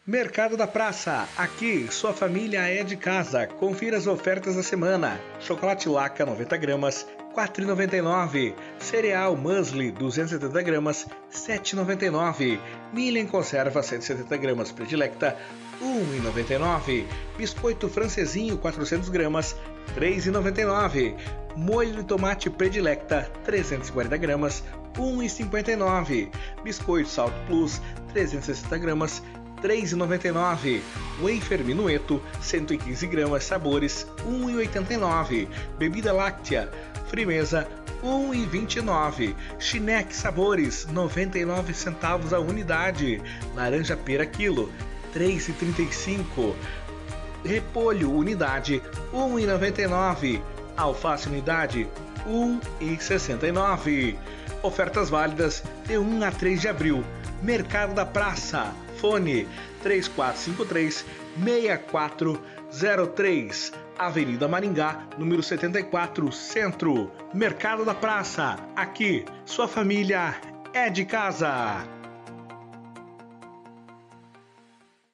Mercado da Praça, aqui sua família é de casa. Confira as ofertas da semana. Chocolate Laca 90 gramas, R$ 4,99. Cereal Muesli 270 gramas, R$ 7,99. Milho em conserva 170 gramas Predilecta, R$ 1,99. Biscoito francesinho 400 gramas, R$ 3,99. Molho de tomate Predilecta 340 gramas, R$ 1,59. Biscoito Salt Plus 360 gramas, R$ 3,99. Wafer Minueto 115 gramas sabores, R$ 1,89. Bebida láctea Frimeza, R$ 1,29. Chineque sabores, 99 centavos a unidade. Laranja pera quilo, R$ 3,35. Repolho unidade, R$ 1,99. Alface unidade, R$ 1,69. Ofertas válidas de 1 a 3 de abril. Mercado da Praça. Fone 3453-6403. Avenida Maringá, número 74, Centro. Mercado da Praça. Aqui, sua família é de casa.